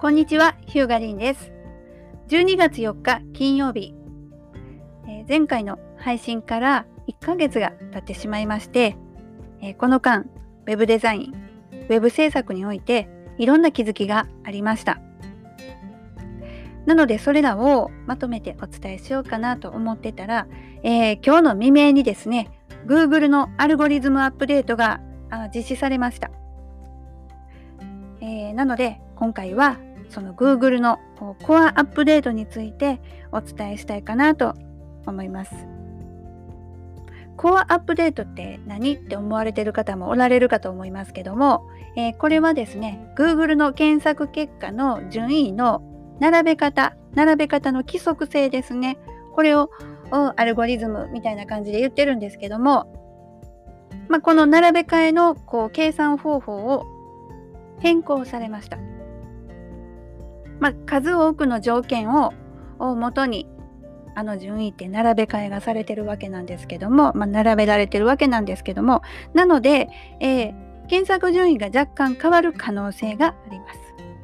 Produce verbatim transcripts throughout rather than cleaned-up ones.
こんにちは、ヒューガリンです。じゅうにがつよっか金曜日、えー、前回の配信からいっかげつが経ってしまいまして、えー、この間、ウェブデザイン、ウェブ制作においていろんな気づきがありました。なのでそれらをまとめてお伝えしようかなと思ってたら、えー、今日の未明にですね、Google のアルゴリズムアップデートが実施されました。えー、なので今回はその Google のコアアップデートについてお伝えしたいかなと思います。コアアップデートって何って思われている方もおられるかと思いますけども、えー、これはですね Google の検索結果の順位の並べ方並べ方の規則性ですね。これをアルゴリズムみたいな感じで言ってるんですけども、まあ、この並べ替えのこう計算方法を変更されました。まあ、数多くの条件をもとにあの順位って並べ替えがされてるわけなんですけども、まあ、並べられてるわけなんですけども、なので、えー、検索順位が若干変わる可能性があります。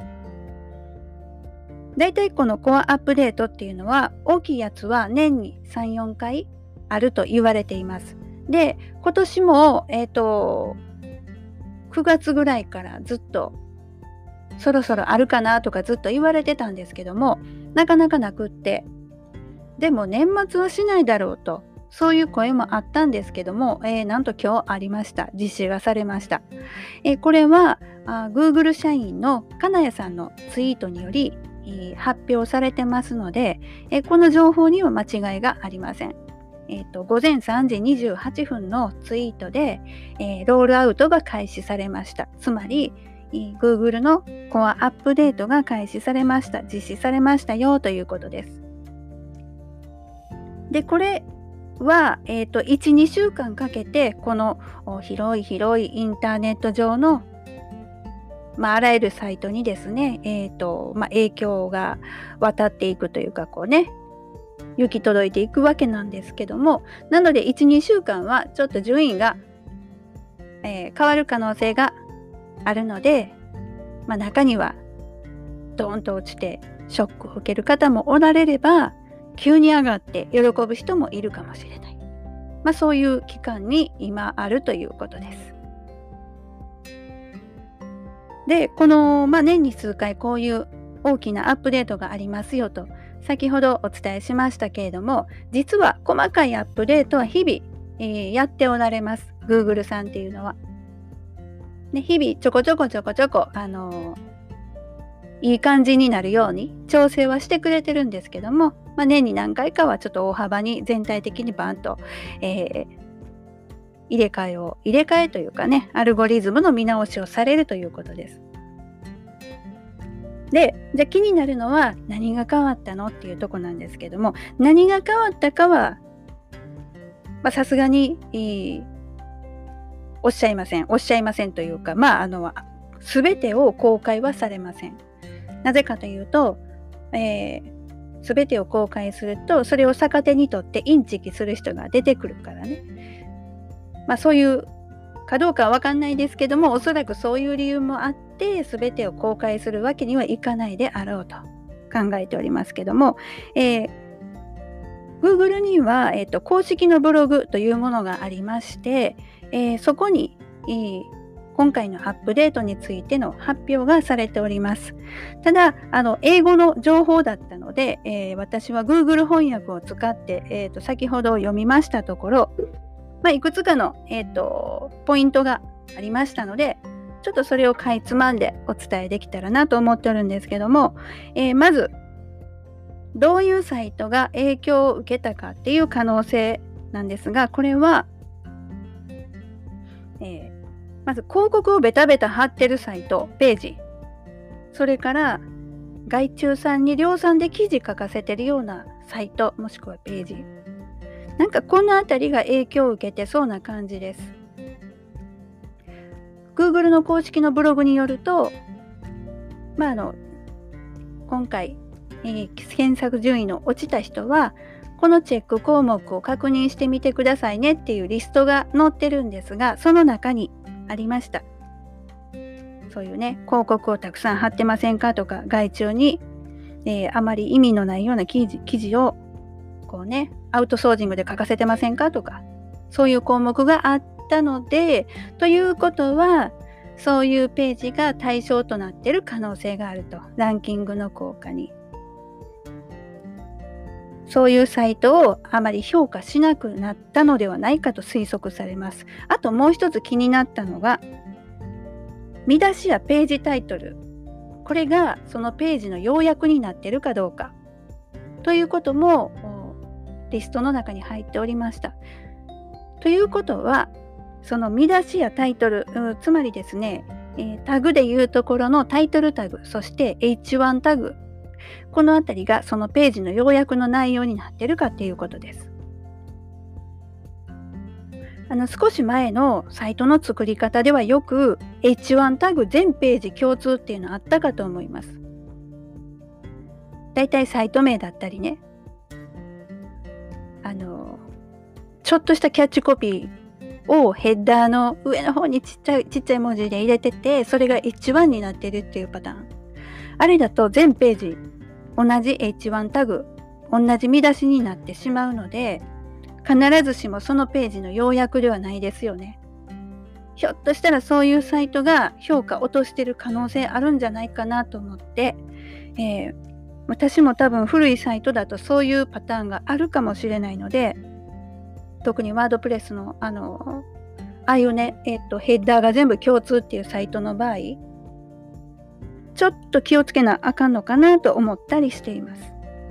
だいたいこのコアアップデートっていうのは大きいやつは年にさん、よんかいあると言われています。で、今年も、えーと、くがつぐらいからずっとそろそろあるかなとかずっと言われてたんですけども、なかなかなくって、でも年末はしないだろうと、そういう声もあったんですけども、えー、なんと今日ありました。実施がされました。えー、これはあ Google 社員の金谷さんのツイートにより、えー、発表されてますので、えー、この情報には間違いがありません。えーと、ごぜんさんじにじゅうはっぷんのツイートで、えー、ロールアウトが開始されました。つまりGoogle のコアアップデートが開始されました、実施されましたよということです。で、これは、えーと、いち、にしゅうかんかけてこの広い広いインターネット上の、まあ、あらゆるサイトにですね、えーとまあ、影響が渡っていくというか、こうね、行き届いていくわけなんですけども、なのでいち、にしゅうかんはちょっと順位が、えー、変わる可能性があるので、まあ、中にはドーンと落ちてショックを受ける方もおられれば、急に上がって喜ぶ人もいるかもしれない、まあ、そういう期間に今あるということです。で、この、まあ、年に数回こういう大きなアップデートがありますよと先ほどお伝えしましたけれども、実は細かいアップデートは日々、えー、やっておられます。 Google さんっていうのはね、日々ちょこちょこちょこちょこ、あのー、いい感じになるように調整はしてくれてるんですけども、まあ、年に何回かはちょっと大幅に全体的にバンと、えー、入れ替えを入れ替えというかね、アルゴリズムの見直しをされるということです。で、じゃあ気になるのは何が変わったのっていうとこなんですけども、何が変わったかはさすがにいいおっしゃいません。おっしゃいませんというか、まあ、あの、すべてを公開はされません。なぜかというと、えー、すべてを公開すると、それを逆手にとってインチキする人が出てくるからね。まあ、そういうかどうかは分かんないですけども、おそらくそういう理由もあって、すべてを公開するわけにはいかないであろうと考えておりますけども、えーGoogle には、えーと、公式のブログというものがありまして、えー、そこに、えー、今回のアップデートについての発表がされております。ただ、あの英語の情報だったので、えー、私は Google 翻訳を使って、えーと、先ほど読みましたところ、まあ、いくつかの、えーと、ポイントがありましたので、ちょっとそれをかいつまんでお伝えできたらなと思っておるんですけども、えー、まずどういうサイトが影響を受けたかっていう可能性なんですが、これは、えー、まず広告をベタベタ貼ってるサイト、ページ、それから外注さんに量産で記事書かせてるようなサイトもしくはページ、なんかこのあたりが影響を受けてそうな感じです。 Google の公式のブログによると、まああの今回えー、検索順位の落ちた人はこのチェック項目を確認してみてくださいねっていうリストが載ってるんですが、その中にありました。 そういうね、広告をたくさん貼ってませんかとか、外注に、えー、あまり意味のないような記事、記事をこうね、アウトソージングで書かせてませんかとか、そういう項目があったので、ということは、そういうページが対象となっている可能性があると。ランキングの効果に。そういうサイトをあまり評価しなくなったのではないかと推測されます。あともう一つ気になったのが、見出しやページタイトル。これがそのページの要約になっているかどうか。ということもリストの中に入っておりました。ということは、その見出しやタイトル、つまりですね、えー、タグでいうところのタイトルタグ、そして エイチワン タグ、このあたりがそのページの要約の内容になっているかっていうことです。あの少し前のサイトの作り方ではよく エイチワン タグ全ページ共通っていうのあったかと思います。だいたいサイト名だったりね、あのちょっとしたキャッチコピーをヘッダーの上の方にちっちゃいちっちゃい文字で入れてて、それが エイチワン になってるっていうパターン。あれだと全ページ同じ エイチワン タグ、同じ見出しになってしまうので、必ずしもそのページの要約ではないですよね。ひょっとしたらそういうサイトが評価落としてる可能性あるんじゃないかなと思って、えー、私も多分古いサイトだとそういうパターンがあるかもしれないので、特にワードプレスのあのああいうね、えっとヘッダーが全部共通っていうサイトの場合、ちょっと気をつけなあかんのかなと思ったりしています。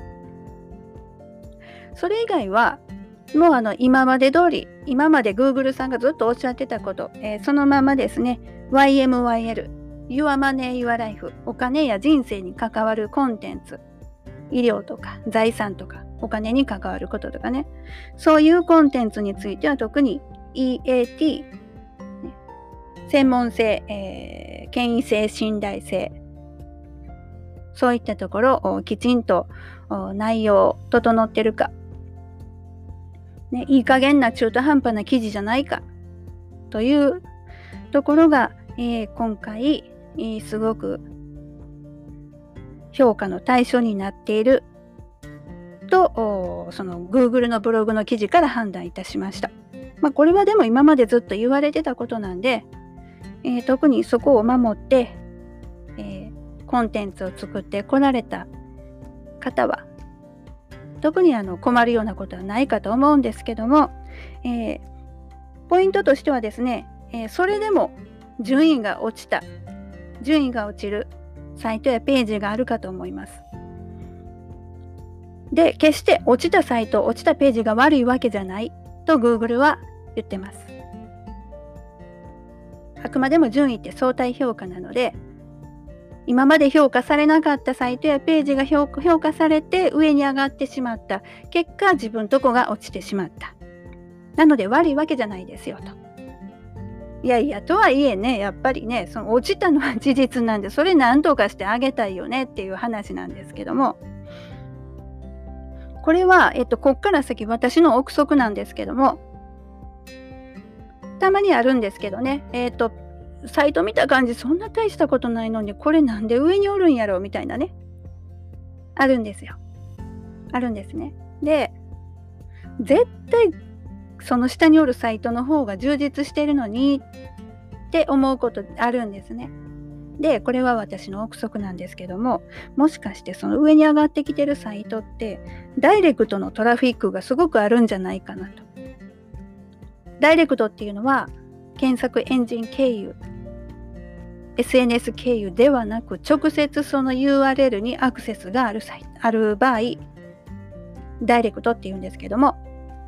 それ以外はもうあの今まで通り、今まで Google さんがずっとおっしゃってたこと、えー、そのままですね。 ワイエムワイエル Your Money Your Life、 お金や人生に関わるコンテンツ、医療とか財産とかお金に関わることとかね、そういうコンテンツについては特に イーエーティー、ね、専門性、えー、権威性、信頼性、そういったところをきちんと内容整ってるか、ね、いい加減な中途半端な記事じゃないかというところが、えー、今回、えー、すごく評価の対象になっていると、その Google のブログの記事から判断いたしました。まあ、これはでも今までずっと言われてたことなんで、えー、特にそこを守って、えー、コンテンツを作ってこられた方は特にあの困るようなことはないかと思うんですけども、えー、ポイントとしてはですね、えー、それでも順位が落ちた、順位が落ちるサイトやページがあるかと思います。で、決して落ちたサイト、落ちたページが悪いわけじゃないと Google は言ってます。あくまでも順位って相対評価なので、今まで評価されなかったサイトやページが評価されて上に上がってしまった。結果、自分とこが落ちてしまった。なので悪いわけじゃないですよと。いやいや、とはいえね、やっぱりね、その落ちたのは事実なんで、それ何とかしてあげたいよねっていう話なんですけども、これは、えっと、こっから先私の憶測なんですけども、たまにあるんですけどね、えっと、サイト見た感じそんな大したことないのにこれなんで上におるんやろみたいなね、あるんですよ。あるんですね。で、絶対その下におるサイトの方が充実してるのにって思うことあるんですね。で、これは私の憶測なんですけども、もしかしてその上に上がってきてるサイトってダイレクトのトラフィックがすごくあるんじゃないかなと。ダイレクトっていうのは検索エンジン経由、エスエヌエス 経由ではなく、直接その ユーアールエル にアクセスがあるサイト、ある場合、ダイレクトっていうんですけども、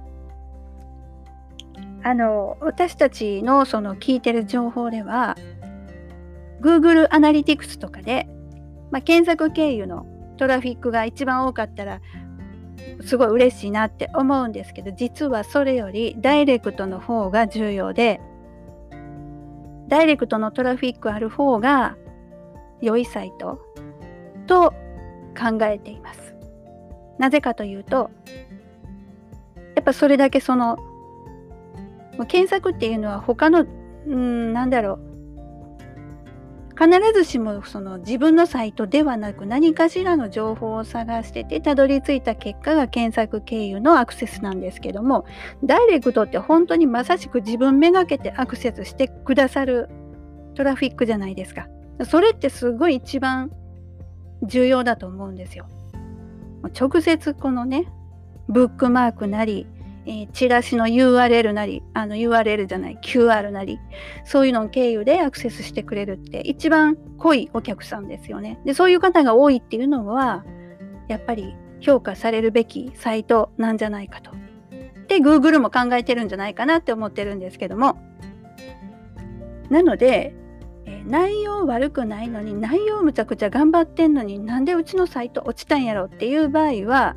あの、私たちのその聞いてる情報では、Google アナリティクスとかで、まあ、検索経由のトラフィックが一番多かったら、すごい嬉しいなって思うんですけど、実はそれよりダイレクトの方が重要で、ダイレクトのトラフィックある方が良いサイトと考えています。なぜかというと、やっぱそれだけその検索っていうのは他の、うん、なんだろう、 必ずしもその自分のサイトではなく何かしらの情報を探しててたどり着いた結果が検索経由のアクセスなんですけども、ダイレクトって本当にまさしく自分めがけてアクセスしてくださるトラフィックじゃないですか。それってすごい一番重要だと思うんですよ。直接このねブックマークなり、えー、チラシの ユーアールエル なり、あの ユーアールエル じゃない キューアール なり、そういうのを経由でアクセスしてくれるって一番濃いお客さんですよね。で、そういう方が多いっていうのはやっぱり評価されるべきサイトなんじゃないかと。で、Google も考えてるんじゃないかなって思ってるんですけども、なので、えー、内容悪くないのに、内容むちゃくちゃ頑張ってんのに、なんでうちのサイト落ちたんやろっていう場合は、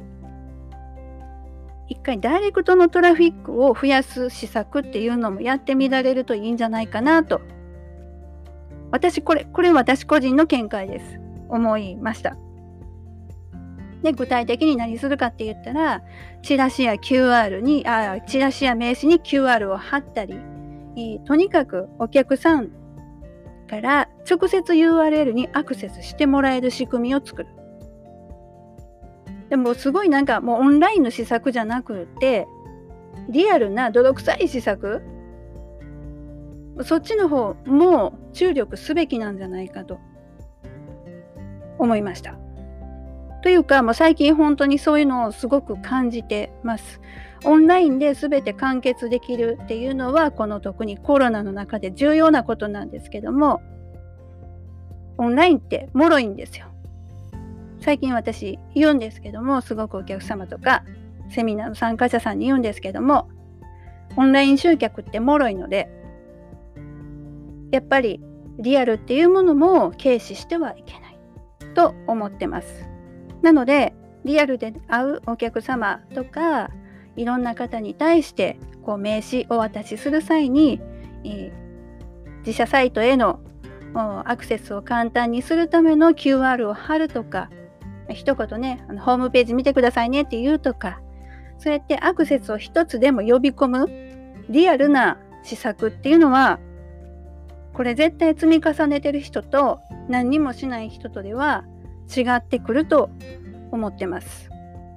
一回ダイレクトのトラフィックを増やす施策っていうのもやってみられるといいんじゃないかなと。私これ、これ私個人の見解です。思いました。で、具体的に何するかって言ったら、チラシや キューアール に、あ、チラシや名刺に キューアール を貼ったり、とにかくお客さんから直接 ユーアールエル にアクセスしてもらえる仕組みを作る。でもすごいなんかもうオンラインの施策じゃなくて、リアルな泥臭い施策、そっちの方も注力すべきなんじゃないかと思いました。というかもう最近本当にそういうのをすごく感じてます。オンラインで全て完結できるっていうのはこの特にコロナの中で重要なことなんですけども、オンラインって脆いんですよ。最近私言うんですけども、すごくお客様とかセミナーの参加者さんに言うんですけども、オンライン集客って脆いので、やっぱりリアルっていうものも軽視してはいけないと思ってます。なのでリアルで会うお客様とかいろんな方に対してこう名刺お渡しする際に、えー、自社サイトへのアクセスを簡単にするための キューアール を貼るとか、一言ね、あのホームページ見てくださいねって言うとか、そうやってアクセスを一つでも呼び込むリアルな施策っていうのは、これ絶対積み重ねてる人と何にもしない人とでは違ってくると思ってます。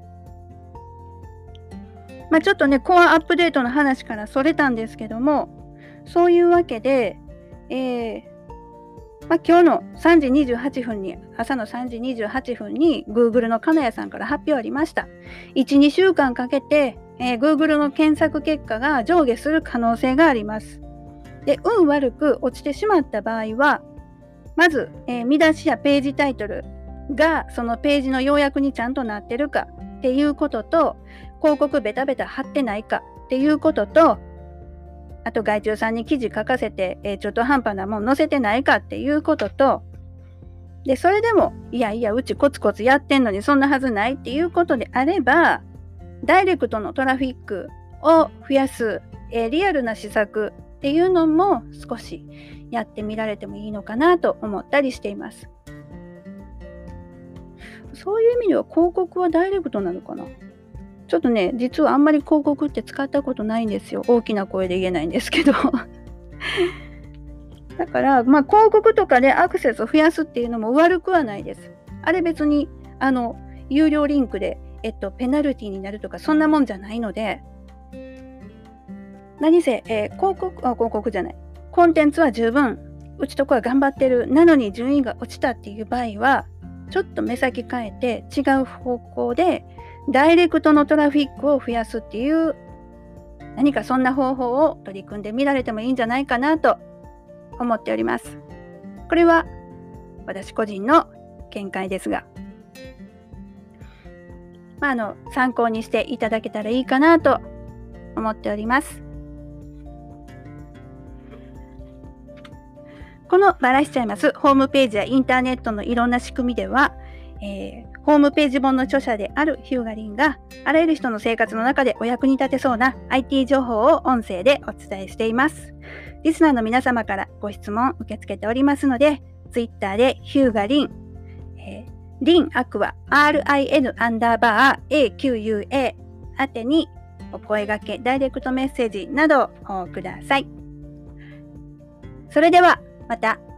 まあちょっとね、コアアップデートの話からそれたんですけども、そういうわけで、えーまあ、今日のさんじにじゅうはっぷんに、朝のさんじにじゅうはっぷんに Google の金谷さんから発表ありました。いち、にしゅうかんかけて、えー、Google の検索結果が上下する可能性があります。で、運悪く落ちてしまった場合は、まず、えー、見出しやページタイトルがそのページの要約にちゃんとなってるかっていうことと、広告ベタベタ貼ってないかっていうことと、あと外注さんに記事書かせて、えー、中途半端なもん載せてないかっていうことと、でそれでもいやいやうちコツコツやってんのにそんなはずないっていうことであれば、ダイレクトのトラフィックを増やす、えー、リアルな施策っていうのも少しやってみられてもいいのかなと思ったりしています。そういう意味では広告はダイレクトなのかな。ちょっとね、実はあんまり広告って使ったことないんですよ。大きな声で言えないんですけどだから、まあ、広告とかでアクセスを増やすっていうのも悪くはないです。あれ別にあの有料リンクで、えっと、ペナルティになるとかそんなもんじゃないので、何せ、えー、広告あ広告じゃないコンテンツは十分うちとこは頑張ってる、なのに順位が落ちたっていう場合はちょっと目先変えて違う方向でダイレクトのトラフィックを増やすっていう何かそんな方法を取り組んでみられてもいいんじゃないかなと思っております。これは私個人の見解ですが、まあ、あの参考にしていただけたらいいかなと思っております。このバラしちゃいますホームページやインターネットのいろんな仕組みでは、えー、ホームページ本の著者であるヒューガリンがあらゆる人の生活の中でお役に立てそうな アイティー 情報を音声でお伝えしています。リスナーの皆様からご質問受け付けておりますので、ツイッターでヒューガリン、えー、リンアクア アールアイエヌ アンダーバー エーキューユーエー 宛てにお声掛け、ダイレクトメッセージなどをください。それではまた